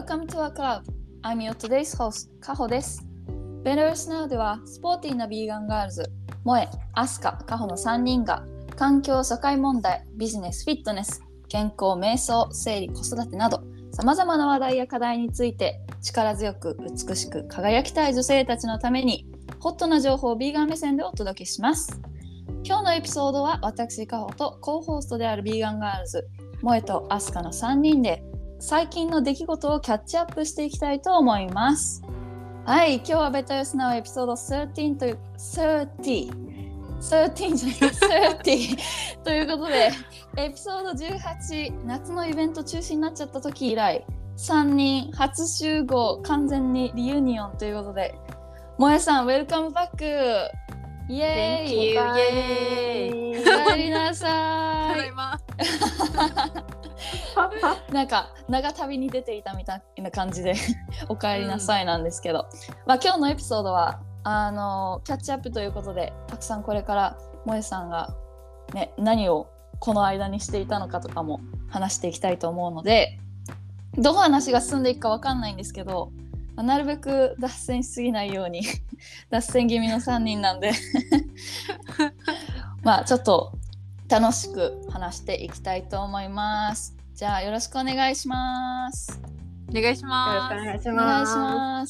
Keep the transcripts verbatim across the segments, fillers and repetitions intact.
Welcome to our club. I'm your today's host, かほです。ベネルスナウではスポーティーなビーガンガールズ、萌え、アスカ、かほのさんにんが環境、社会問題、ビジネス、フィットネス、健康、瞑想、生理、子育てなどさまざまな話題や課題について力強く美しく輝きたい女性たちのためにホットな情報をビーガン目線でお届けします。今日のエピソードは私かほとコーホーストであるビーガンガールズ萌えとアスカのさんにんで最近の出来事をキャッチアップしていきたいと思います。はい、今日はベタヨスナウエピソードじゅうさんというさんじゅうじゅうさんじゃないさんじゅうということでエピソードじゅうはち夏のイベント中止になっちゃった時以来さんにん初集合完全にリユニオンということで萌えさんウェルカムバックイエーイイエーイおかえりなさいなんか長旅に出ていたみたいな感じでおかえりなさいなんですけど、うんまあ、今日のエピソードはあのキャッチアップということでたくさんこれから萌えさんが、ね、何をこの間にしていたのかとかも話していきたいと思うのでどう話が進んでいくか分かんないんですけど、まあ、なるべく脱線しすぎないように脱線気味のさんにんなんでまあちょっと楽しく話していきたいと思います。じゃあよろしくお願いします。 お願いします。 よろしくお願いします。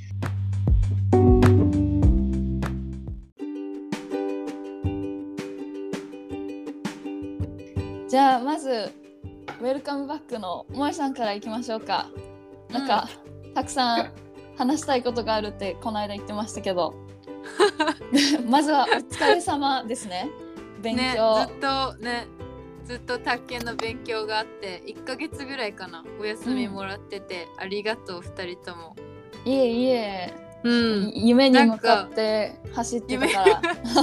じゃあまずウェルカムバックの萌えさんからいきましょうか。なんか、うん、たくさん話したいことがあるってこの間言ってましたけどまずはお疲れ様ですね。勉強、 ね、ずっとねずっと宅建の勉強があっていっかげつぐらいかなお休みもらってて、うん、ありがとうふたりとも。 いえいえ、 うん、 夢に向かって走ってたから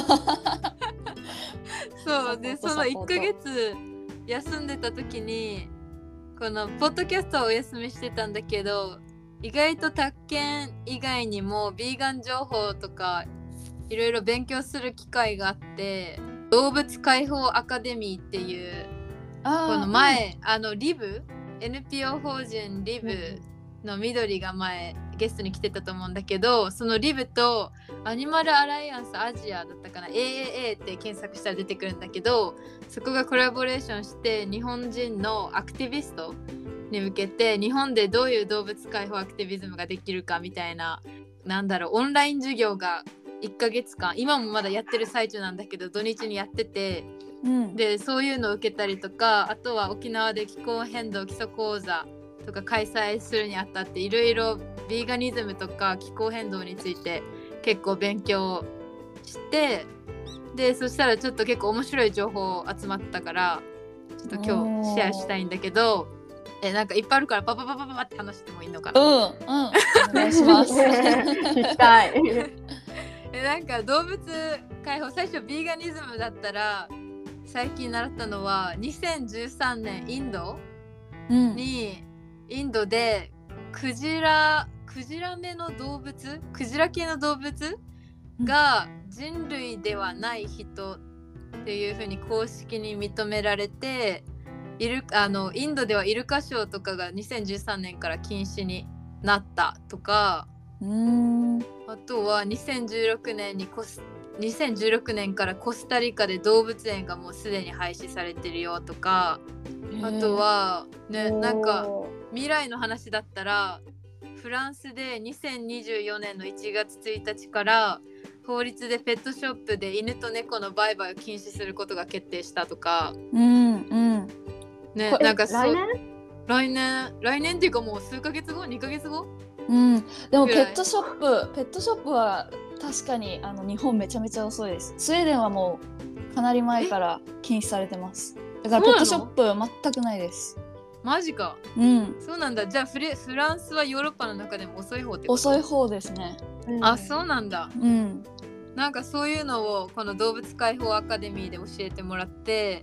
そうでそのいっかげつ休んでた時にこのポッドキャストをお休みしてたんだけど意外と宅建以外にもビーガン情報とかいろいろ勉強する機会があって動物解放アカデミーっていうこの前、うん、あのリブ エヌピーオー 法人リブの緑が前ゲストに来てたと思うんだけどそのリブとアニマルアライアンスアジアだったかな エーエーエー って検索したら出てくるんだけどそこがコラボレーションして日本人のアクティビストに向けて日本でどういう動物解放アクティビズムができるかみたいななんだろうオンライン授業がいっかげつかん今もまだやってる最中なんだけど土日にやってて、うん、でそういうのを受けたりとかあとは沖縄で気候変動基礎講座とか開催するにあたっていろいろビーガニズムとか気候変動について結構勉強してでそしたらちょっと結構面白い情報集まったからちょっと今日シェアしたいんだけどえなんかいっぱいあるからパパパパパパって話してもいいのかな。 うんうんお願いします聞きたいえなんか動物解放最初ビーガニズムだったら最近習ったのはにせんじゅうさんねんインドに、うん、インドでクジラクジラ目の動物クジラ系の動物が人類ではない人っていう風に公式に認められてイルあのインドではイルカショーとかがにせんじゅうさんねんから禁止になったとかうーんあとはにせんじゅうろくねんにコスにせんじゅうろくねんからコスタリカで動物園がもうすでに廃止されてるよとかあとはねなんか未来の話だったらフランスでにせんにじゅうよねんのいちがつついたちから法律でペットショップで犬と猫の売買を禁止することが決定したとかうんうんねなんか来年来年来年っていうかもう数ヶ月後にかげつごうんでもペットショップペットショップは確かにあの日本めちゃめちゃ遅いです。スウェーデンはもうかなり前から禁止されてます。だからペットショップ全くないです。 マジか。 うん。 そうなんだ。じゃあフレフランスはヨーロッパの中でも遅い方ってこと？ 遅い方ですね。 うん、あ、そうなんだ。 うん。 なんかそういうのをこの動物解放アカデミーで教えてもらって、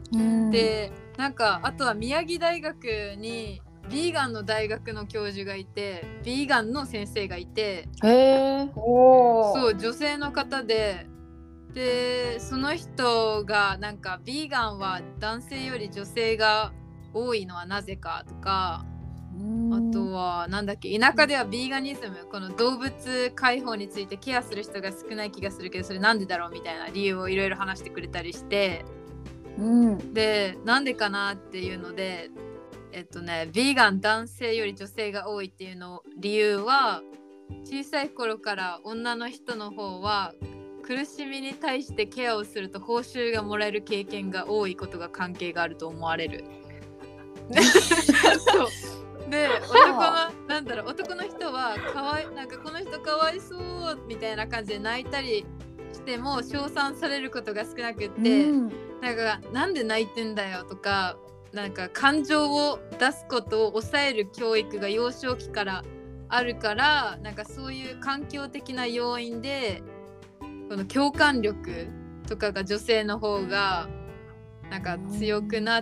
うん、でなんかあとは宮城大学にビーガンの大学の教授がいてビーガンの先生がいてへーそう女性の方ででその人がなんかビーガンは男性より女性が多いのはなぜかとかあとはなんだっけ、田舎ではビーガニズム、この動物解放についてケアする人が少ない気がするけど、それなんでだろうみたいな理由をいろいろ話してくれたりして、 うん、 でなんでかなっていうので、えっとねビーガン男性より女性が多いっていうの理由は、小さい頃から女の人の方は苦しみに対してケアをすると報酬がもらえる経験が多いことが関係があると思われる。そうで、男のなんだろう男の人はかわいなんかこの人かわいそうみたいな感じで泣いたりしても称賛されることが少なくって、うん、なんかなんで泣いてんだよとか、なんか感情を出すことを抑える教育が幼少期からあるから、なんかそういう環境的な要因でこの共感力とかが女性の方がなんか強くなって、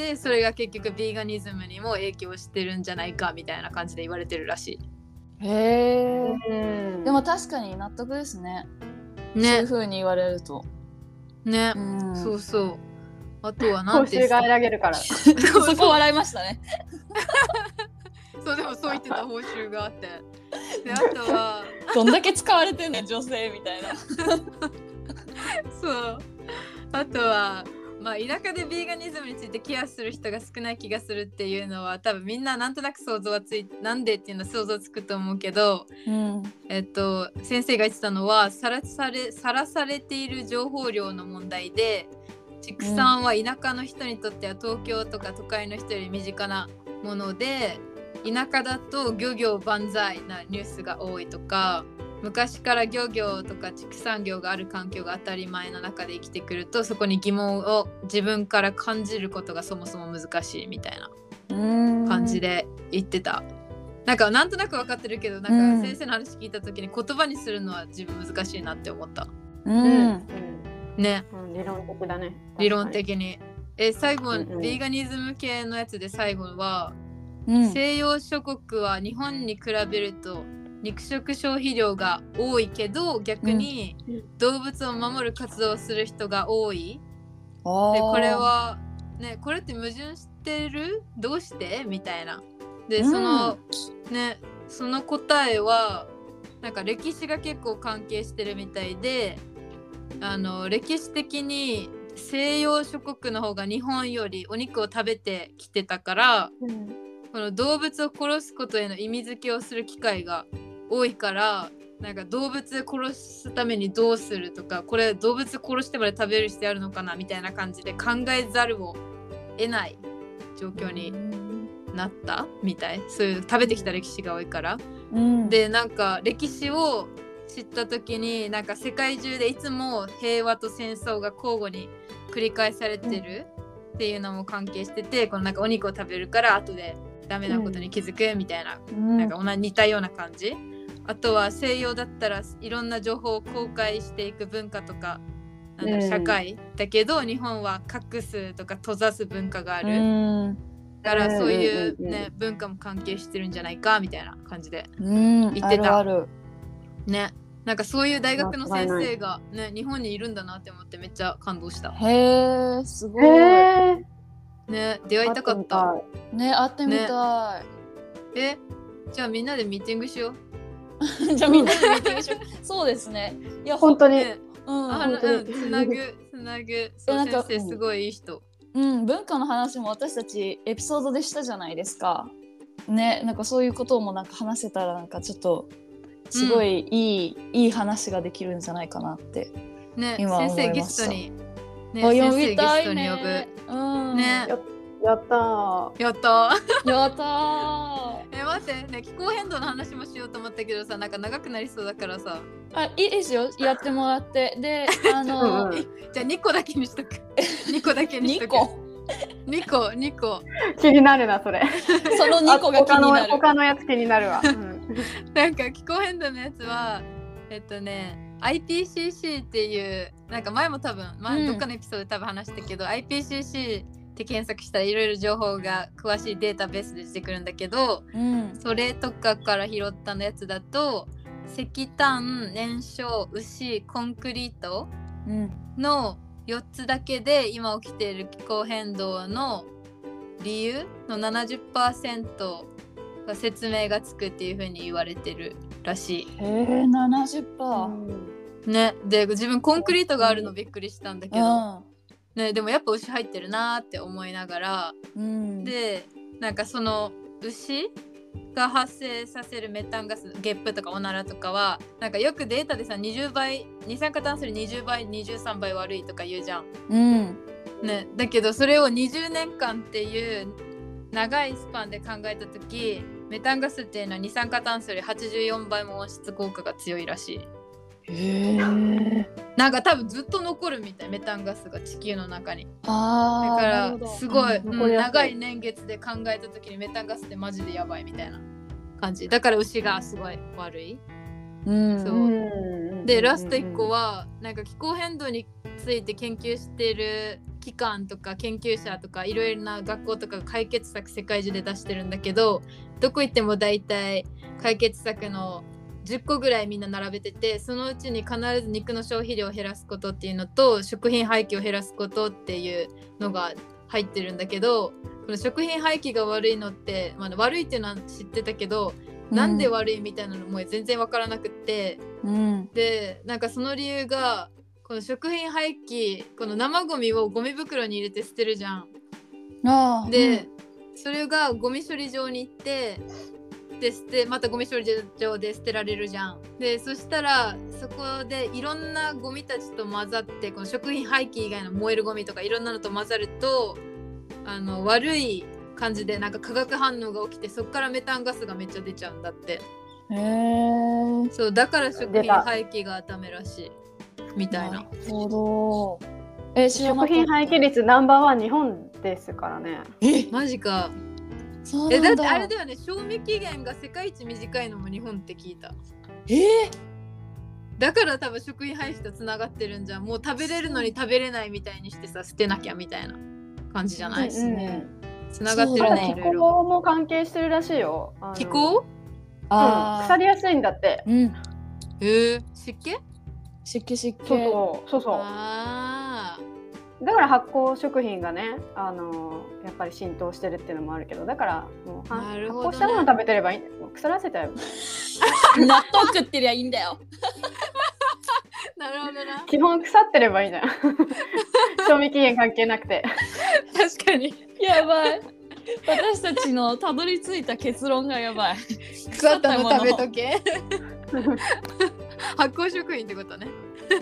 それが結局ビーガニズムにも影響してるんじゃないかみたいな感じで言われてるらしい。へー、でも確かに納得ですね。ね、そういう風に言われるとね、うん、そうそう。あとは何ですか。 報酬が得られるから。 そこ笑いましたね。 そうでもそう言ってた報酬があって。であとはどんだけ使われてんねん女性みたいな。 そう。あとはまあ田舎でビーガニズムについてケアする人が少ない気がするっていうのは多分みんななんとなく想像はついなんでっていうのは想像つくと思うけど、うん、えっと先生が言ってたのはさらされさらされている情報量の問題で、畜産は田舎の人にとっては東京とか都会の人より身近なもので、田舎だと漁業万歳なニュースが多いとか、昔から漁業とか畜産業がある環境が当たり前の中で生きてくると、そこに疑問を自分から感じることがそもそも難しいみたいな感じで言ってた。なんかなんとなく分かってるけど、なんか先生の話聞いた時に言葉にするのは自分難しいなって思った。うん、うんね、 うん、理論的だね。 理論的に。え、最後、うんうん、ビーガニズム系のやつで最後は、うん、西洋諸国は日本に比べると肉食消費量が多いけど、逆に動物を守る活動をする人が多い。うん、でこれはね、これって矛盾してる？どうしてみたいな。で、その、うん、ね、その答えはなんか歴史が結構関係してるみたいで、あの歴史的に西洋諸国の方が日本よりお肉を食べてきてたから、うん、この動物を殺すことへの意味付けをする機会が多いから、なんか動物殺すためにどうするとか、これ動物殺してまで食べる必要あるのかなみたいな感じで考えざるを得ない状況になったみたい。そういう食べてきた歴史が多いから、うん、でなんか歴史を知った時に、なんか世界中でいつも平和と戦争が交互に繰り返されてるっていうのも関係してて、このなんかお肉を食べるから後でダメなことに気づくみたいな、うん、なんか同じ似たような感じ。あとは西洋だったらいろんな情報を公開していく文化とか、なんだろう、社会だけど、日本は隠すとか閉ざす文化がある、うん、だからそういう、ね、文化も関係してるんじゃないかみたいな感じで言ってた、うん、あるあるね。なんかそういう大学の先生が、ね、日本にいるんだなって思ってめっちゃ感動した。 へー、すごい。 ね、出会いたかった。 ね、会ってみたい。ね、え、じゃあみんなでミーティングしよう。 じゃあみんなでミーティングしよう。そうですね。 いや本当に、 ね、うん、あの、うん、つなぐつなぐ。そう、先生すごいいい人。 うん、文化の話も私たちエピソードでしたじゃないですか。ね、なんかそういうこともなんか話せたらなんかちょっとすごいいい、うん、いい話ができるんじゃないかなってね、 今思いました。 先生ゲストに、ね、 呼びたいね。 先生ゲストに呼ぶ。うん、 ね、 や, やったー。 やったー。 やったー。 え、待ってね、気候変動の話もしようと思ったけどさ、なんか長くなりそうだからさ。 あ、いいですよ、やってもらって。で、あのー、 じゃあにこだけにしとく。にこだけにしとく。にこにこ気になるなそれ。 そのにこが気になる。 他の、他のやつ気になるわ。うん、 なんか気候変動のやつはえっとね アイピーシーシー っていうなんか前も多分前どっかのエピソードで多分話したけど、うん、アイピーシーシー って検索したらいろいろ情報が詳しいデータベースで出てくるんだけど、うん、それとかから拾ったのやつだと石炭、燃焼、牛、コンクリートのよっつだけで今起きている気候変動の理由の ななじゅっパーセント説明がつくっていう風に言われてるらしい。 へえ、ななじゅっパーセント。 ね、で自分コンクリートがあるのびっくりしたんだけど、 うんね、でもやっぱ牛入ってるなーって思いながら、 うん、 でなんかその牛が発生させるメタンガス、ゲップとかオナラとかはなんかよくデータでさにじゅうばい、二酸化炭素よりにじゅうばいにじゅうさんばい悪いとか言うじゃん、 うんね、だけどそれをにじゅうねんかんっていう長いスパンで考えた時、メタンガスっていうのは二酸化炭素よりはちじゅうよんばいも温室効果が強いらしい。 へえ。 なんか多分ずっと残るみたい、メタンガスが地球の中に。 あだからなるほどすごい、 うんうん残りやすい長い年月で考えた時にメタンガスってマジでやばいみたいな感じだから牛がすごい悪い。 うんそううんでラストいっこはなんか気候変動について研究してる機関とか研究者とかいろいろな学校とかが解決策世界中で出してるんだけど、どこ行っても大体解決策のじゅっこぐらいみんな並べてて、そのうちに必ず肉の消費量を減らすことっていうのと食品廃棄を減らすことっていうのが入ってるんだけど、この食品廃棄が悪いのって、まあ、悪いっていうのは知ってたけど、なんで悪いみたいなのも全然わからなくって、 うん、 でなんかその理由がこの食品廃棄、この生ゴミをゴミ袋に入れて捨てるじゃん。 あで、 うんそれがゴミ処理場に行ってで捨てまたゴミ処理場で捨てられるじゃん。でそしたらそこでいろんなゴミたちと混ざって、この食品廃棄以外の燃えるゴミとかいろんなのと混ざると、あの悪い感じでなんか化学反応が起きて、そこからメタンガスがめっちゃ出ちゃうんだって。 へえ。 そうだから食品廃棄がダメらしいみたいな。 なるほど。え、知らなかった食品廃棄率ナンバーワン日本ですからね。 え、 マジか。 そうえなんだ。 だってあれだよね、賞味期限が世界一短いのも日本って聞いた。 えー、 だから多分食品廃棄とつながってるんじゃん。もう食べれるのに食べれないみたいにしてさ、捨てなきゃみたいな感じじゃない？ ですね。 つながってるね、い気ろいろ。 候も関係してるらしいよ。あの気候？ うん、 あ腐りやすいんだって。 ー、うん。 えー、湿気？ 湿気湿気。 そうそうそうそう。 あだから発酵食品がね、あのやっぱり浸透してるっていうのもあるけど、だからもうはなるほどね発酵したもの食べてればいい。もう腐らせちゃえば。 納豆食ってりゃいいんだよ。 ー、なるほどな。 基本腐ってればいいじゃん。賞味期限関係なくて。 確かに。 やばい。私たちのたどり着いた結論がやばい。 腐ったの食べとけ。発酵食品ってことね。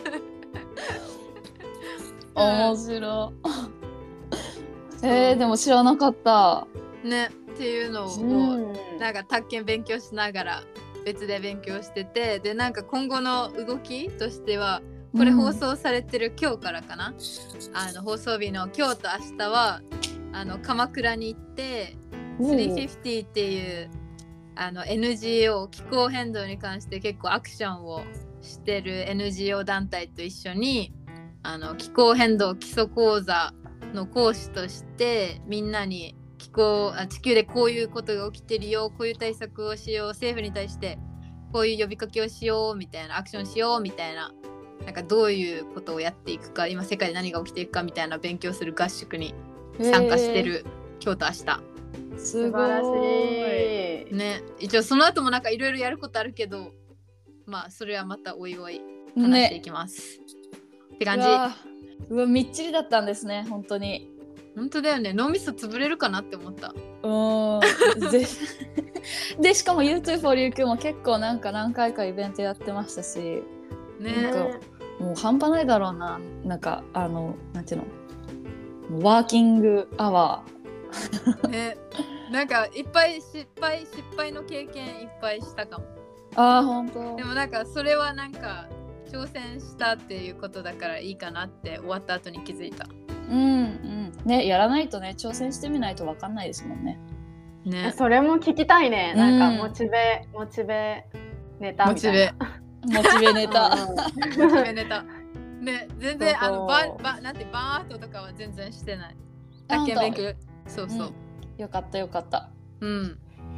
面白い。えー、でも知らなかった。 ねっていうのを、 うんなんか宅建勉強しながら別で勉強してて、でなんか今後の動きとしては、これ放送されてる今日からかな、あの放送日の今日と明日はあの鎌倉に行ってうんスリーフィフティっていうあの エヌジーオー 気候変動に関して結構アクションをしてる エヌジーオー 団体と一緒にあの気候変動基礎講座の講師としてみんなに気候あ地球でこういうことが起きてるよ、こういう対策をしよう、政府に対してこういう呼びかけをしようみたいな、アクションしようみたいな、なんかどういうことをやっていくか、今世界で何が起きていくかみたいな勉強する合宿に参加してる、今日と明日。 す素ごい。 晴らしい。 ね、一応その後もなんかいろいろやることあるけど、まあそれはまたおいおい話していね。 きます、って感じ。 うわうわみっちりだったんですね、本当に。 本当だよね、脳みそ潰れるかなって思った。 うーん。ぜでしかも ユーツー for 琉球も結構なんか何回かイベントやってましたし、 ねなんかもう半端ないだろうな。なんかあのなんていうの、ワーキングアワー。 ね、なんかいっぱい失敗失敗の経験いっぱいしたかも。 あー本当。 でもなんかそれはなんか挑戦したっていうことだからいいかなって終わった後に気づいた。 うんうんね、やらないとね、挑戦してみないと分かんないですもんね。 ね、 それも聞きたいね。なんかうんモチベ、モチベネタモチベみたいな。 モチベネタ。 うんモチベネタ。ね、全然そうそうあのババなんてバーンととかは全然してない。 あだけ勉強。そうそう。 うん、よかったよかった。 うん。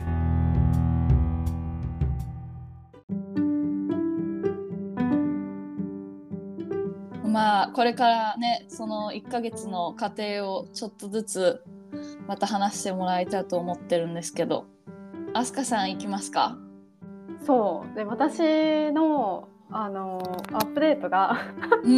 まあこれからね、そのいっかげつの過程をちょっとずつまた話してもらいたいと思ってるんですけど、 あすかさん行きますか？ そうで私のあのアップデートがうん、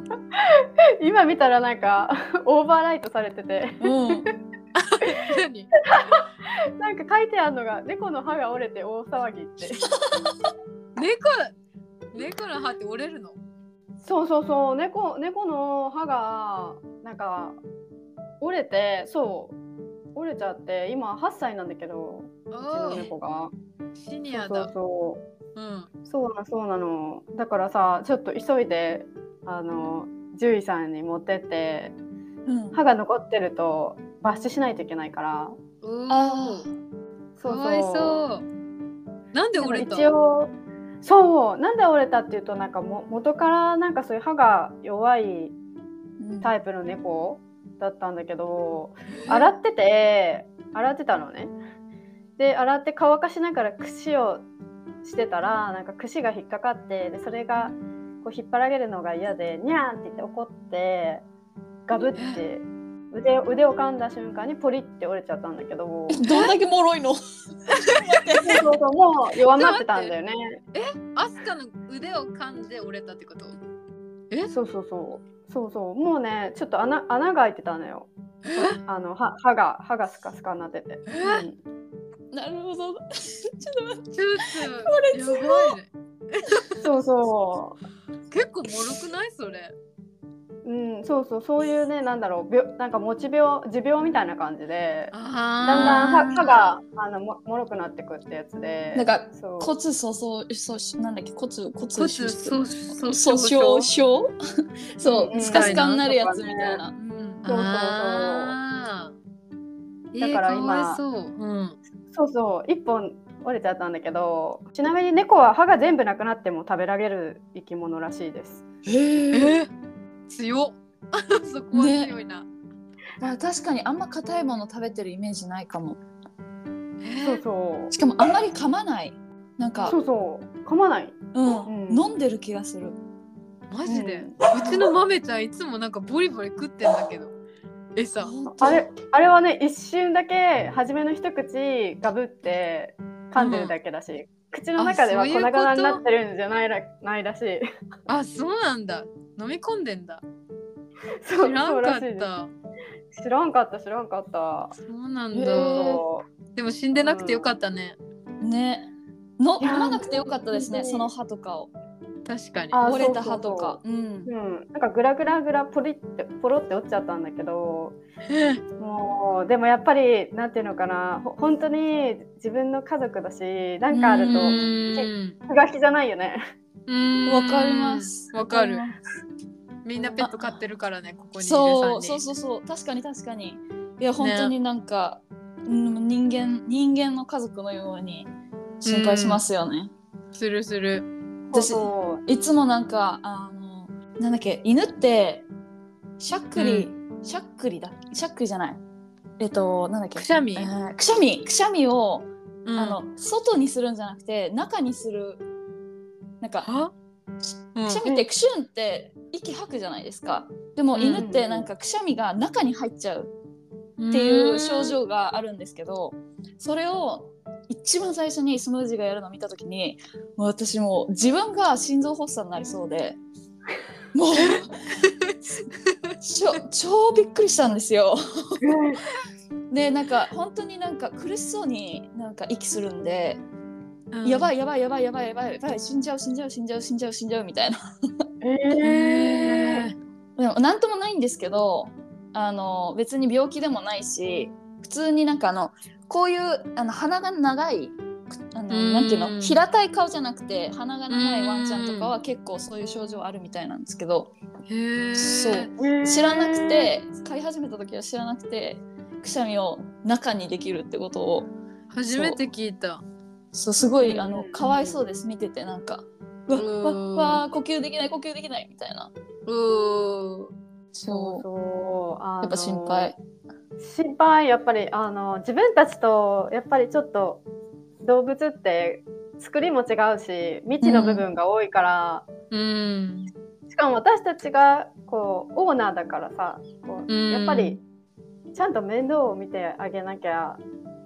今見たらなんかオーバーライトされててうん、 何なんか書いてあるのが猫の歯が折れて大騒ぎって猫猫の歯って折れるの？ そうそうそう猫猫の歯がなんか折れてそう折れちゃって今はっさいなんだけどうちの猫がシニアだ。 そうそううんそうなそうなのだからさちょっと急いであの獣医さんに持ってってうん、 歯が残ってると抜歯しないといけないからおあーそうそうかわいそう。なんで折れた？ でも一応そうなんで折れたっていうとなんかも元からなんかそういう歯が弱いタイプの猫だったんだけど、洗ってて洗ってたのね。で洗って乾かしながら櫛をしてたらなんか櫛が引っかかってでそれがこう引っ張られるのが嫌でニャーンって言って怒ってガブって腕腕を噛んだ瞬間にポリって折れちゃったんだけどどんだけ脆いの？ そうそうそうもう弱まってたんだよね。 アスカの腕を噛んで折れたってこと？えそうそうそうそうそうもうねちょっと 穴, 穴が開いてたのよ。あの歯歯が歯がスカスカになってて、うん、 なるほど。ちょっと待って。 ちょっとやばいね。 そうそ結構もろくないそれ？ う、うん、そうそうそういうねなんだろう病なんか持ち病持病みたいな感じでだんだん歯歯があの も, もろくなってくってやつでなんかそう骨粗鬆そうなんだっけ骨骨骨粗粗鬆鬆症そう、 うんスカスカになるやつみたいな。 そうそうそうあーだから今えー、かわいそう、うん、 そうそう一本折れちゃったんだけどちなみに猫は歯が全部なくなっても食べられる生き物らしいです。 へえ。 えー、強っそこは強いな、ね、 あ確かにあんま硬いもの食べてるイメージないかも。 そうそうしかもあんまり噛まないなんかそうそう噛まない、 うん、 うん、 飲んでる気がする。 マジで、 うん、 うちの豆ちゃんいつもなんかボリボリ食ってんだけど餌あれあれはね一瞬だけ初めの一口ガブって噛んでるだけだし、うん、口の中では粉々になってるんじゃないら、ないらしい。あそうなんだ飲み込んでんだそう知らんかった知らんかった知らんかったそうなんだでも死んでなくてよかったね、 うん、ねの飲まなくてよかったですねその歯とかを確かに折れた歯とかなんかグラグラグラポリってポロって落ちちゃったんだけどもうでもやっぱりなんていうのかなほ本当に自分の家族だしなんかあると気が気じゃないよね。 わかりますわかるみんなペット飼ってるからねここにいるそうそうそうそう確かに確かにいや本当になんか、ね、人間人間の家族のように心配しますよね。 するする私いつもなんかあのなんだっけ犬ってしゃっくり、うん、しゃっくりだしゃっくりじゃないえっとなんだっけくしゃみ、 えー、くしゃみくしゃみを、うん、あの外にするんじゃなくて中にするなんかくしゃみってクシュンって息吐くじゃないですか。でも犬ってなんかくしゃみが中に入っちゃうっていう症状があるんですけどそれを一番最初にスムージーがやるのを見た時にもう私もう自分が心臓発作になりそうでもうちょ超びっくりしたんですよでなんか本当になんか苦しそうになんか息するんで、うん、やばいやばいやばいやばいやばいやばい死んじゃう死んじゃう死んじゃう死んじゃう死んじゃうみたいなえー、でもなんともないんですけどあの別に病気でもないし普通になんかあのこういうあの鼻が長いあのなんていうの平たい顔じゃなくて鼻が長いワンちゃんとかは結構そういう症状あるみたいなんですけどへそう知らなくて飼い始めた時は知らなくてくしゃみを中にできるってことを初めて聞いた。 そうすごいあのかわいそうです見ててなんかわわわ呼吸できない呼吸できないみたいなうそうそうあやっぱ心配心配やっぱりあの自分たちとやっぱりちょっと動物って作りも違うし未知の部分が多いから、うん、しかも私たちがこうオーナーだからさこう、うん、やっぱりちゃんと面倒を見てあげなきゃ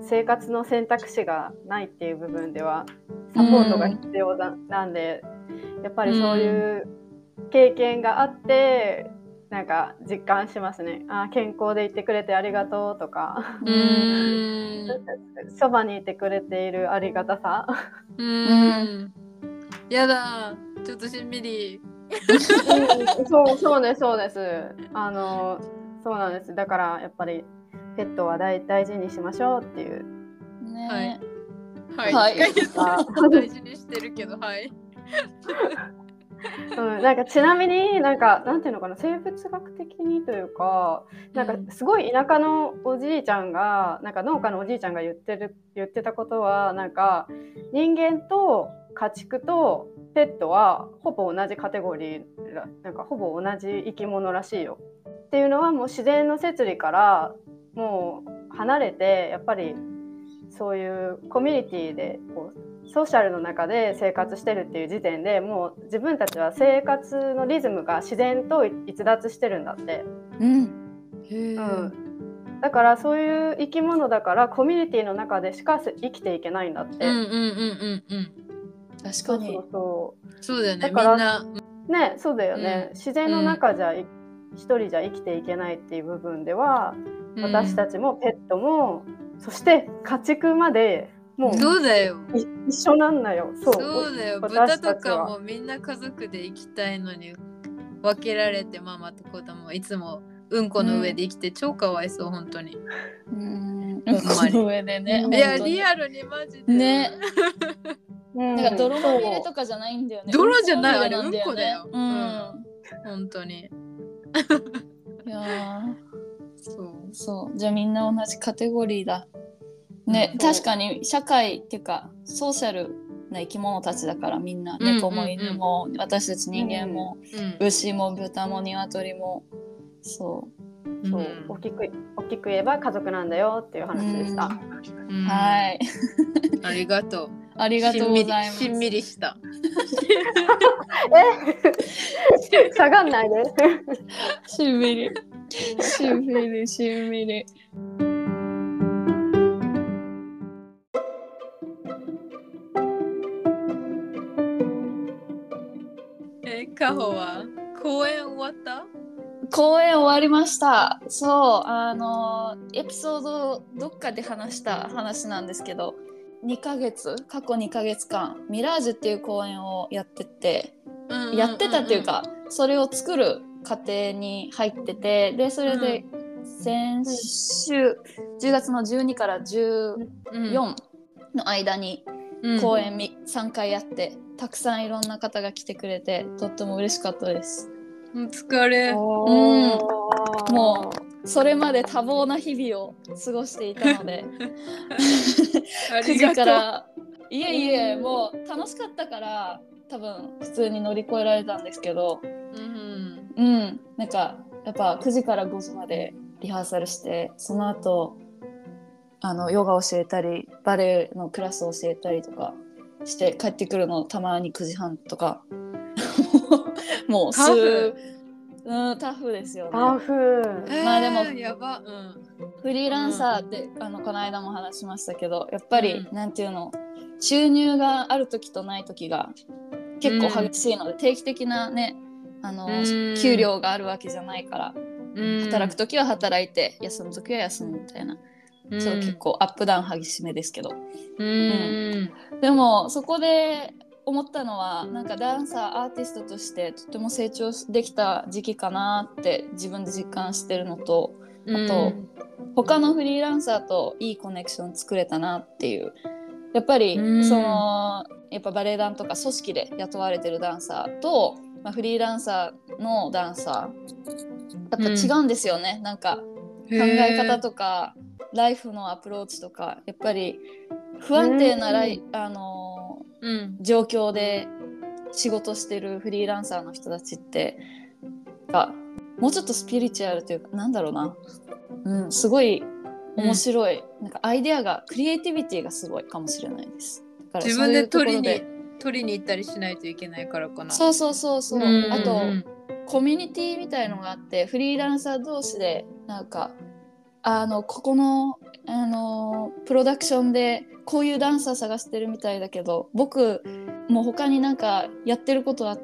生活の選択肢がないっていう部分ではサポートが必要だ、うん、なんでやっぱりそういう経験があってなんか実感しますね。あ、健康でいてくれてありがとうとか、うーん、そばにいてくれているありがたさ。 うーん、やだ、ちょっとしんみり。 うん、そうそうですそうです。あのそうなんです。だからやっぱりペットは 大, 大事にしましょうっていう。 ね、はい、はい、はい、大事にしてるけど、はい。 うん、なんかちなみになんかなんていうのかな、生物学的にというかなんかすごい田舎のおじいちゃんがなんか農家のおじいちゃんが言ってる言ってたことはなんか人間と家畜とペットはほぼ同じカテゴリーなんかほぼ同じ生き物らしいよっていうのはもう自然の摂理からもう離れてやっぱりそういうコミュニティでこうソーシャルの中で生活してるっていう時点でもう自分たちは生活のリズムが自然と逸脱してるんだって、うんへうん、だからそういう生き物だからコミュニティの中でしか生きていけないんだって。 うんうんうんうんうん確かにそうそうそう、 そうだよね、 だからみんなね、そうだよね、うん、自然の中じゃ、うん、一人じゃ生きていけないっていう部分では、うん、私たちもペットもそして家畜までもうそうだよ一緒なんだよ。そう、 そうだよ、豚とかもみんな家族で生きたいのに分けられてママと子供いつもうんこの上で生きて、うん、超かわいそう本当に。 うん、うんこの上でね、 いやリアルにマジでねなんか泥まみれとかじゃないんだよね。 泥じゃない、あれうんこだよ。 うん、うん、 本当に。 いやそうそうじゃあみんな同じカテゴリーだね、うん、確かに社会っていうかソーシャルな生き物たちだからみんな、うん、猫も犬も、うん、私たち人間も、うん、牛も豚も鶏もそう、 そう、うん、大きく大きく言えば家族なんだよっていう話でした。 うん、はいありがとう。 ありがとうございます。 しんみりした。 え下がんないで。 しんみりしんみりしんみり。 えカホは公演終わった？ 公演終わりました。そうあのエピソードどっかで話した話なんですけどにかげつ過去にかげつかんミラージュっていう公演をやってて、うんうんうんうん、やってたっていうかそれを作る過程に入っててでそれで先週じゅうがつのじゅうにからじゅうよっかの間に公演さんかいやってたくさんいろんな方が来てくれてとっても嬉しかったです。 お疲れ、うん、 もうそれまで多忙な日々を過ごしていたのでくじからいえいえもう楽しかったから多分普通に乗り越えられたんですけど、うんうん、なんかやっぱくじからごじまでリハーサルしてその後あのヨガ教えたりバレエのクラス教えたりとかして帰ってくるのたまにくじはんとかもうタフ、 うん、タフですよね。 タフ、 まあでもやば、うん、 フリーランサーって、うん、あのこの間も話しましたけどやっぱり、うん、なんていうの収入がある時とない時が結構激しいので、うん、定期的なねあの、うん、給料があるわけじゃないから、うん、働く時は働いて休む時は休むみたいな、うん、そう結構アップダウン激しめですけど、うんうん、でもそこで思ったのはなんかダンサーアーティストとしてとても成長できた時期かなって自分で実感してるのとあと、うん、他のフリーランサーといいコネクション作れたなっていうやっぱり、うん、そのやっぱバレエ団とか組織で雇われてるダンサーと、まあ、フリーランサーのダンサーやっぱ違うんですよね、うん、なんか考え方とかライフのアプローチとかやっぱり不安定なライ、うん、あの、うん、状況で仕事してるフリーランサーの人たちってがもうちょっとスピリチュアルというかなんだろうな、うん、すごい面白い、うん、なんかアイデアがクリエイティビティがすごいかもしれないです。だから自分で取りに取りに行ったりしないといけないからかな。 そうそうそうそう、うんうんうん、あとコミュニティみたいのがあってフリーランサー同士でなんかあのここのあのプロダクションでこういうダンサー探してるみたいだけど、僕もう他になんかやってることあって、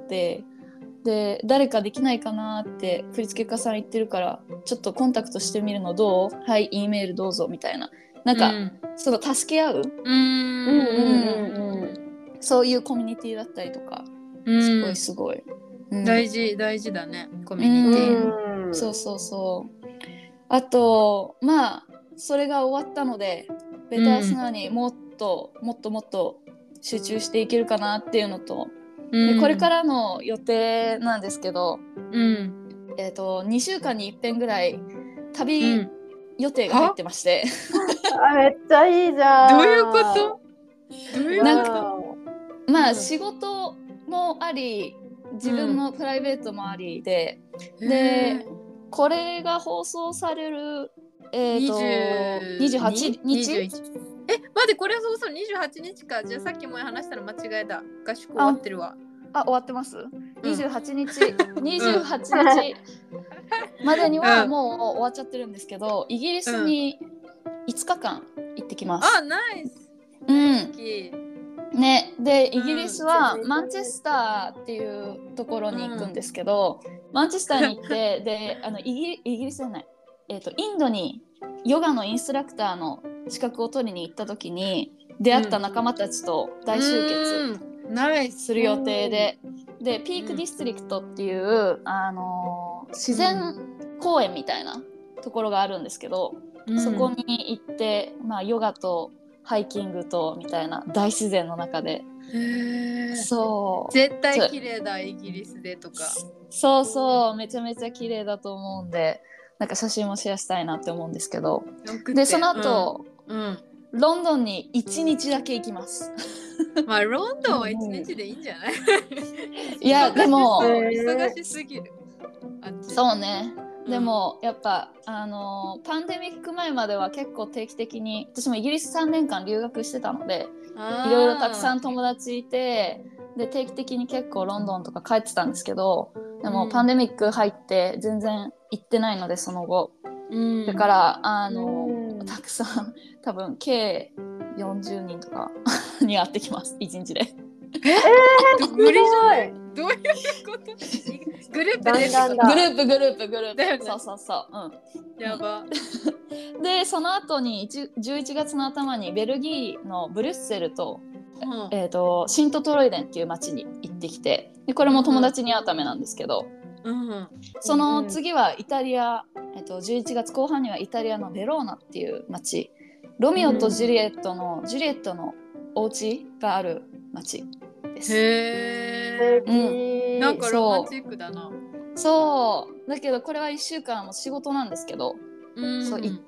で誰かできないかなって振付家さん言ってるから、ちょっとコンタクトしてみるのどう？はい、 E メールどうぞみたいな、なんか、うん、その助け合う、 うんうんうん、そういうコミュニティだったりとか、すごいすごい、 うん、大事大事だね、コミュニティ、 うん、そうそうそう。あとまあそれが終わったので、ベタースナーにもっと、うん、もっともっと集中していけるかなっていうのと、うん、でこれからの予定なんですけど、うんえー、とにしゅうかんにいっぺんぐらい旅予定が入ってまして、 うん、めっちゃいいじゃん。 どういうこと？どういうこと？ なんかまあ、うん、仕事もあり自分のプライベートもありで、うん、でこれが放送される、えー、とにじゅうはちにち、 え、待って、これ放送にじゅうはちにちか。じゃあさっきも話したら間違えた。合宿終わってるわ。 あ、終わってます、うん、にじゅうはちにちにじゅうはちにちまでにはもう終わっちゃってるんですけど、イギリスにいつかかん行ってきます。 あ、ナイス。 うんね、でイギリスはマンチェスターっていうところに行くんですけど、うん、マンチェスターに行ってであのイギ、イギリスじゃない、えーと、インドにヨガのインストラクターの資格を取りに行った時に出会った仲間たちと大集結する予定で、うん、でピークディストリクトっていう、あのー、自然公園みたいなところがあるんですけど、うん、そこに行って、まあ、ヨガとハイキングとみたいな大自然の中で、 へそう絶対綺麗だイギリスでとか、 そうそうめちゃめちゃ綺麗だと思うんで、なんか写真もシェアしたいなって思うんですけど、でその後、うんうん、ロンドンにいちにちだけ行きますまあロンドンはいちにちでいいんじゃない？ いやでも忙しすぎる、 そうね、でもやっぱあのー、パンデミック前までは結構定期的に、私もイギリスさんねんかん留学してたのでいろいろたくさん友達いて、で定期的に結構ロンドンとか帰ってたんですけど、でもパンデミック入って全然行ってないのでその後、うん、だからあのー、たくさん多分計よんじゅうにんとかに会ってきますいちにちで。 えー、無理じゃない？どういうことグループでグループグループグループ、ね、そうそうそう、 うん、やばでその後にじゅういちがつの頭にベルギーのブリュッセルと、うんえー、とシントトロイデンっていう町に行ってきて、でこれも友達に会うためなんですけど、うん、その次はイタリア、えー、とじゅういちがつこう半にはイタリアのベローナっていう町、ロミオとジュリエットの、うん、ジュリエットのお家がある町です。 へー、うん、なんかロマンチックだな。 そうだけどこれはいっしゅうかんも仕事なんですけど、うん、そう行って、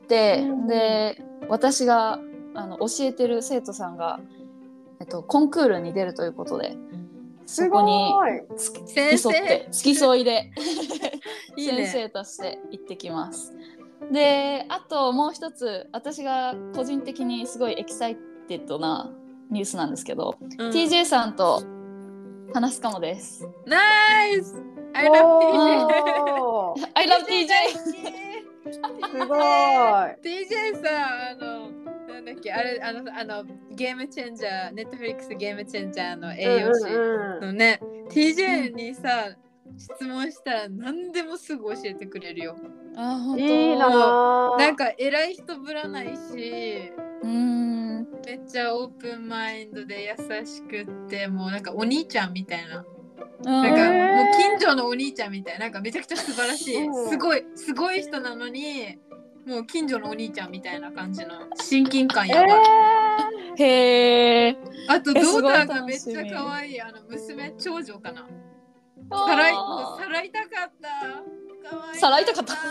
うん、で私があの教えてる生徒さんが、えっと、コンクールに出るということで、そこに付き添って付き添いでいい、ね、先生として行ってきます。であともう一つ私が個人的にすごいエキサイテッドなニュースなんですけど、うん、ティージェー さんと話すかもです。 ナイス I love ティージェー I love ティージェーすごいティージェー さ、あのなんだっけあれあのあのゲームチェンジャー、ネットフリックスゲームチェンジャーの栄養士のね、うんうん、ティージェー にさ、うん、質問したら何でもすぐ教えてくれるよ。 あ、本当いいな。 なんか偉い人ぶらないし、 うーん、 めっちゃオープンマインドで優しくって、もうなんかお兄ちゃんみたいな、なんかもう近所のお兄ちゃんみたいな、なんかめちゃくちゃ素晴らしい、すごいすごい人なのにもう近所のお兄ちゃんみたいな感じの親近感やばい、 えー、へー。 あとドーターがめっちゃ可愛い、あの娘長女かな、さらいさらいたかった、可愛い、 さらいたかった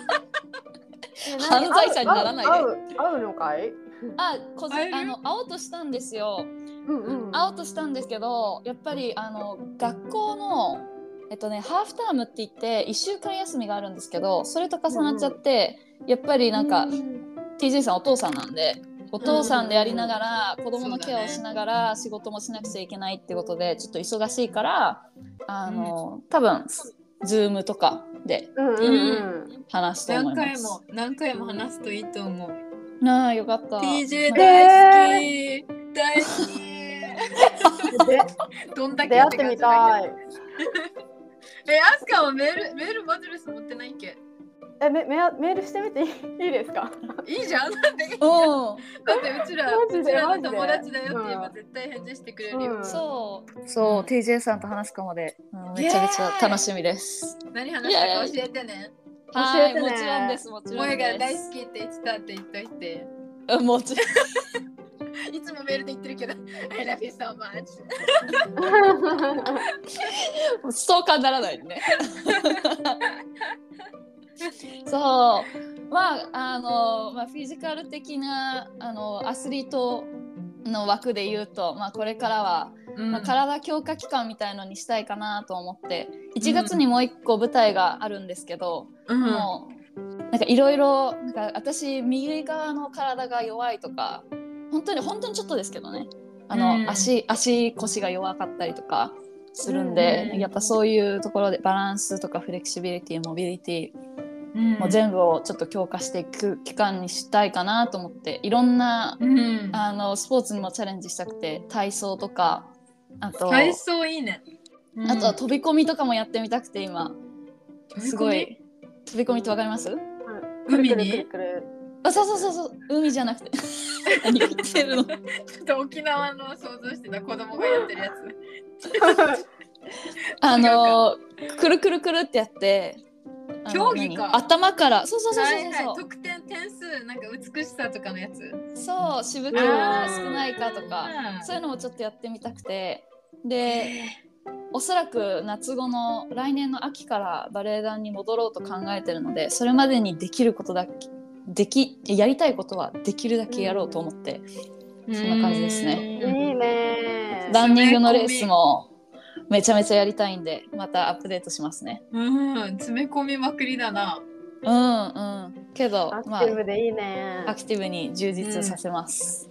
犯罪者にならないで。 会う、会うのかい？ あ、こずあの会おうとしたんですよ、うんうん、会おうとしたんですけど、やっぱりあの学校のえっとねハーフタームって言っていっしゅうかん休みがあるんですけど、それと重なっちゃって、うん、やっぱりなんか、うん、ティージェー さんお父さんなんで、お父さんでありながら、うん、子供のケアをしながら、ね、仕事もしなくちゃいけないってことでちょっと忙しいから、あの、うん、多分ズームとかで話すと思います。 何回も何回も話すといいと思う。 なあよかった。 ティージェー 大好き、大好きでどんだけ出会ってみたい。 え、アスカはメールメールマドレス持ってないっけ？ えメメメールしてみていいいいですか？ いいじゃん。なんで？ おだってうちらマジでうちらのマジで友達だよって言えばうん絶対返事してくれるよ。 うんそうそう、 うんティージェー さんと話すかもで、うん、めちゃめちゃ楽しみです。 何話したか教えてね。 はい、 教えてねもちろんですもちろ萌えんです。 が大好きって言ってたって言っといて。 うんもちろんいつもメールで言ってるけど I love you so much ストーカーにならないでね。そうまああの、まあ、フィジカル的なあのアスリートの枠で言うと、まあ、これからは、 うんまあ、体強化期間みたいのにしたいかなと思っていちがつにもう一個舞台があるんですけど、 うん、 もうなんかいろいろ私右側の体が弱いとか本当に本当にちょっとですけどねあの、 うん、 足足腰が弱かったりとかするんで、 うん、 やっぱそういうところでバランスとかフレキシビリティモビリティ、 うん、 もう全部をちょっと強化していく期間にしたいかなと思っていろんな、 うん、 あのスポーツにもチャレンジしたくて体操とかあと体操いいね、うん、 あとは飛び込みとかもやってみたくて今すごい飛び込みってわかります？ 海に？ くるくるくるあそうそうそうそう海じゃなくて何言ってるの？ ちょっと沖縄の想像してた子供がやってるやつあのくるくるくるってやって競技か頭からそうそうそうそうそう、 はいはい、得点点数なんか美しさとかのやつそうしぶきが少ないかとかそういうのもちょっとやってみたくてでおそらく夏後の来年の秋からバレエ団に戻ろうと考えてるのでそれまでにできることだけできやりたいことはできるだけやろうと思ってそんな感じですね。 いいね。 ランニングのレースもめちゃめちゃやりたいんでまたアップデートしますね。 うん詰め込みまくりだな。 うんうんけどアクティブでいいね、 まあ、アクティブに充実させます、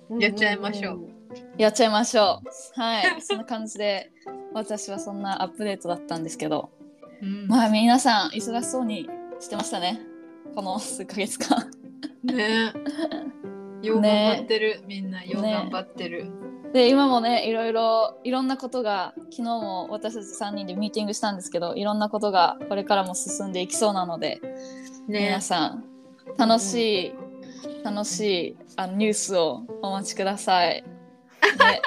うん、やっちゃいましょう、うん、 やっちゃいましょうはいそんな感じで私はそんなアップデートだったんですけど、うん、まあ皆さん忙しそうにしてましたねこの数ヶ月間ねよう頑張ってる、ね、みんなよう頑張ってる、ね、 で今もねいろいろいろんなことが昨日も私たちさんにんでミーティングしたんですけどいろんなことがこれからも進んでいきそうなので、ね、皆さん楽しい、うん、楽しいあのニュースをお待ちくださいね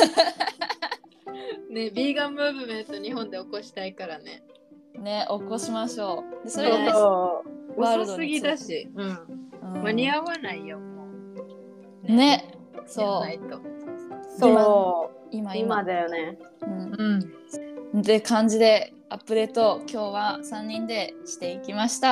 ねビーガンムーブメント日本で起こしたいからねね起こしましょうでそれで、ね、 ワールドすぎだし、うんうん、間に合わないよもう ね, ねそうそう今今だよね、 うんうん、で感じでアップデート今日はさんにんでしていきました。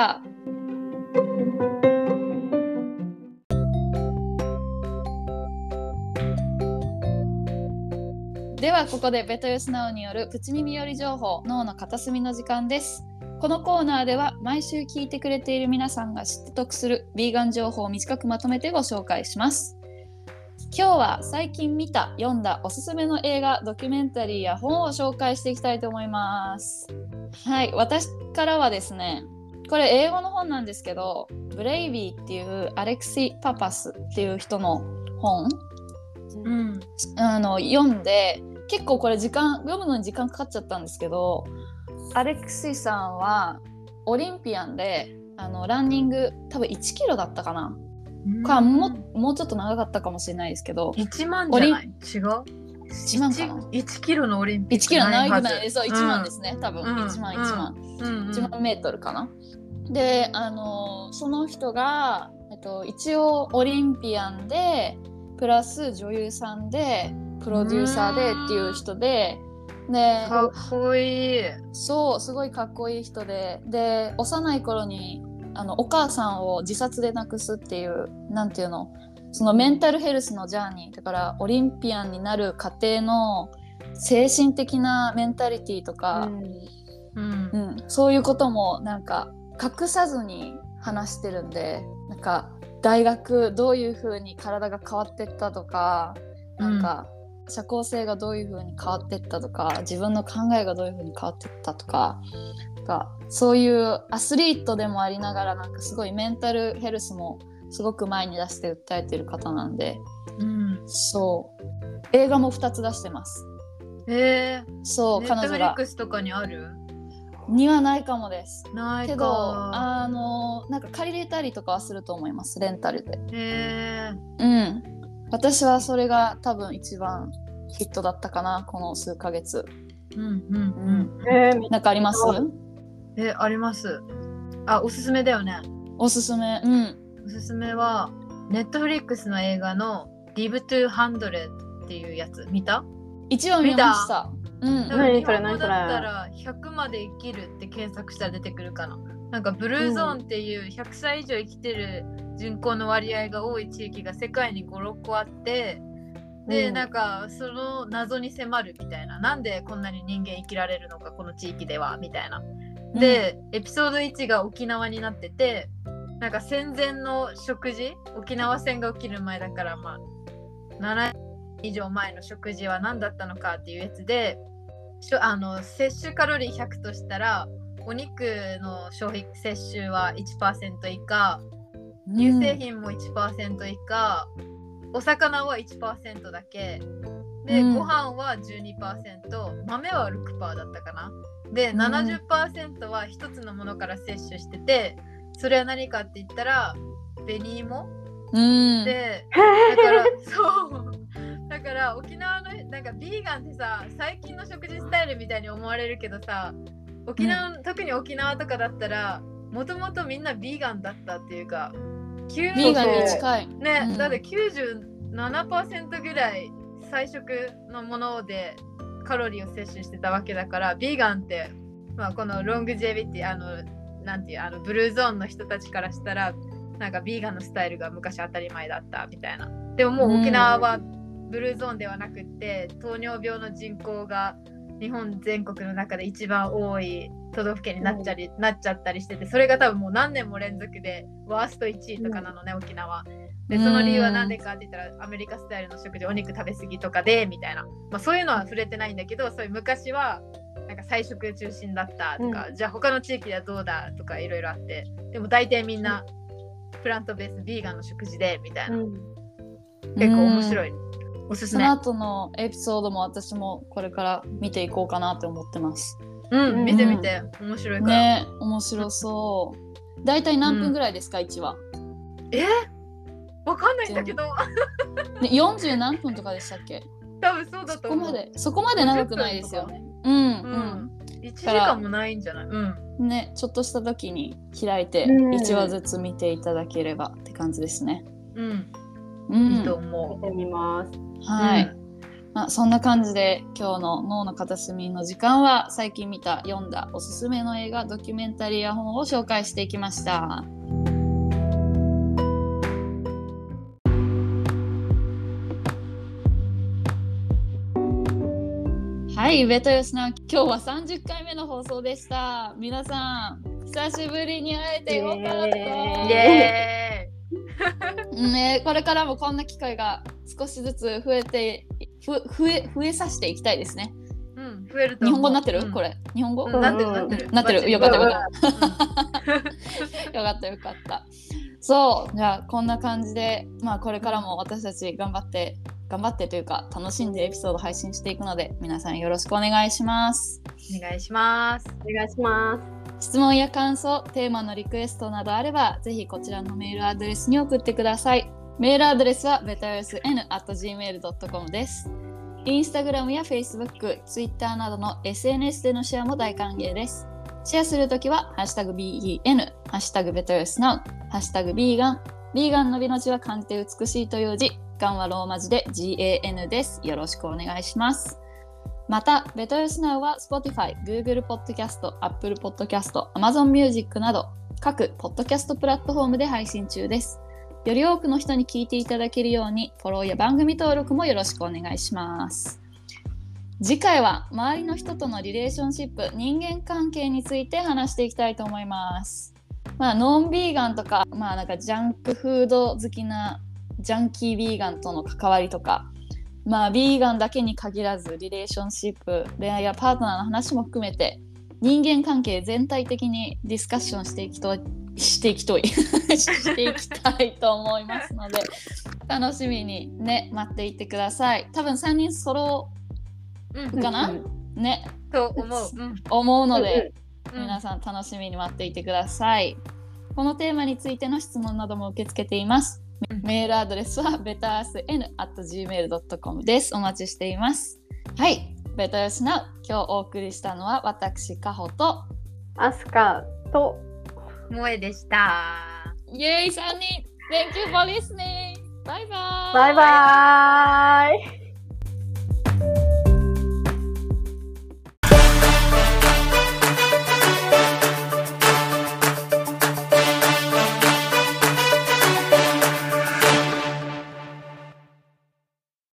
ではここでベトヨスナオによるプチ耳寄り情報脳の片隅の時間です。このコーナーでは毎週聞いてくれている皆さんが知って得するビーガン情報を短くまとめてご紹介します。今日は最近見た読んだおすすめの映画ドキュメンタリーや本を紹介していきたいと思います。はい私からはですねこれ英語の本なんですけどブレイビーっていうアレクシー・パパスっていう人の本、うん、あの読んで結構これ時間読むのに時間かかっちゃったんですけどアレクシーさんはオリンピアンであのランニング多分いちキロだったかなかももうちょっと長かったかもしれないですけどいちまんじゃない違ういちまんかな 1, いちキロのオリンピックいちキロないぐらいでそういちまんですね、うん、多分、 うん、 いちまんいちまん、 うん、 いちまんメートルかなであのその人が、えっと、一応オリンピアンでプラス女優さんでプロデューサーでっていう人ででかっこいいそうすごいかっこいい人でで幼い頃にあのお母さんを自殺で亡くすっていうなんていうのそのメンタルヘルスのジャーニーだからオリンピアンになる過程の精神的なメンタリティとか、うんうん、そういうこともなんか隠さずに話してるんでなんか大学どういう風に体が変わってったとかなんか、うん、社交性がどういう風に変わってったとか自分の考えがどういう風に変わってったとかそういうアスリートでもありながらなんかすごいメンタルヘルスもすごく前に出して訴えてる方なんで、 うん、 そう映画もふたつ出してます。 へえ。 そうネットフリックスとかにある？ にはないかもです。 ないか。 けどあのなんか借りれたりとかはすると思います、レンタルで。 へえ。 うん。私はそれが多分一番ヒットだったかな、この数ヶ月。 うんうんうん。 うん、えー、 なんかあります？ え、あります。あ、おすすめだよね。 おすすめ。うん。 おすすめはネットフリックスの映画の Live to ハンドレッドっていうやつ見た？ 一話見ました。うん。 何それ何それ。 だったらひゃくまで生きるって検索したら出てくるかな。なんかブルーゾーンっていうひゃくさい以上生きてる人口の割合が多い地域が世界にご、ろっこあって、で、うん、なんかその謎に迫るみたいな、なんでこんなに人間生きられるのかこの地域ではみたいな。で、うん、エピソードいちが沖縄になってて、なんか戦前の食事、沖縄戦が起きる前だからまあななねん以上前の食事は何だったのかっていうやつで、あの摂取カロリーひゃくとしたらお肉の消費摂取は いちパーセント 以下、乳製品も いちパーセント 以下、お魚は いちパーセント だけで、うん、ご飯は じゅうにパーセント、 豆は ろくパーセント だったかな。で、うん、ななじゅっパーセント は一つのものから摂取してて、それは何かって言ったら紅芋、うん、で、だからそうだから沖縄のなんかビーガンってさ、最近の食事スタイルみたいに思われるけどさ、沖縄、うん、特に沖縄とかだったらもともとみんなビーガンだったっていうか、 ビーガンに近いね、うん、だって きゅうじゅうななパーセント ぐらい菜食のものでカロリーを摂取してたわけだから、ビーガンって、まあ、このロングジェビティ、あのなんていう、あのブルーゾーンの人たちからしたらなんかビーガンのスタイルが昔当たり前だったみたいな。でももう沖縄はブルーゾーンではなくって、うん、糖尿病の人口が日本全国の中で一番多い都道府県になっちゃり、うん、なっちゃったりしてて、それが多分もう何年も連続でワーストいちいとかなのね、うん、沖縄で。その理由は何でかって言ったら、アメリカスタイルの食事、お肉食べ過ぎとかでみたいな、まあ、そういうのは触れてないんだけど、そういう昔はなんか菜食中心だったとか、うん、じゃあ他の地域ではどうだとかいろいろあって、でも大体みんなプラントベースビーガンの食事でみたいな、うん、結構面白い、うん、おすすめ。 その後のエピソードも私もこれから見ていこうかなって思ってます。 うん、うん、見てみて、面白いからね。面白そう。だいたい何分ぐらいですか、うん、いちわ。 えわかんないんだけどね、よんじゅう何分とかでしたっけ？ 多分そうだと思う。 そこまでそこまで長くないですよね。うんうん、 いちじかんもないんじゃない？ うん、ね、ちょっとした時に開いていちわずつ見ていただければって感じですね。 うん、 うん、 いいと思う。 見てみます。 はい、うん、まあ、そんな感じで今日の脳の片隅の時間は、最近見た、読んだおすすめの映画、ドキュメンタリーや本を紹介していきました。はい、ベトヨスナ、今日はさんじゅっかいめの放送でした。皆さん久しぶりに会えてよかった。イエーイね、これからもこんな機会が少しずつ増えてふ増え増えさせていきたいですね。 うん、増えると日本語になってる、 うん、 これ日本語、 うん、なってるなってるなってる、よかったよかったよかったよかった。そう、じゃあこんな感じで、まあ、これからも私たち頑張って頑張ってというか楽しんでエピソード配信していくので、皆さんよろしくお願いします。 お願いします。 お願いします。 質問や感想、テーマのリクエストなどあれば、ぜひこちらのメールアドレスに送ってください。メールアドレスは ベトヨスエヌ アット ジーメール ドット コム です。インスタグラムや Facebook、Twitter などの エスエヌエス でのシェアも大歓迎です。シェアするときはハッシュタグ ビーイーエヌ、ハッシュタグベトヨスナウ、ハッシュタグビーガン、ビーガンの美の字は漢字で美しいという字、ガンはローマ字で ジーエーエヌ です。よろしくお願いします。また、ベトヨスナウは Spotify、Google Podcast、Apple Podcast、Amazon Music など各ポッドキャストプラットフォームで配信中です。より多くの人に聞いていただけるように、フォローや番組登録もよろしくお願いします。次回は周りの人とのリレーションシップ、人間関係について話していきたいと思います。まあ、ノンビーガンとか、まあ、なんかジャンクフード好きなジャンキービーガンとの関わりとか、まあ、ビーガンだけに限らずリレーションシップ、恋愛やパートナーの話も含めて、 人間関係全体的にディスカッションしていきとしていきといしていきたいと思いますので楽しみにね待っていてください。多分さんにん揃うかな、うんうん、ねと思う、 うん、思うので、 うん、 皆さん楽しみに待っていてください。このテーマについての質問なども受け付けています。メールアドレスは ベタースエヌ アット ジーメール ドット コム です。お待ちしています。はい、ベタースナウ、今日お送りしたのは私カホとアスカと萌えでした。 イエーイさんにん Thank you for listening! バイバイバイバイ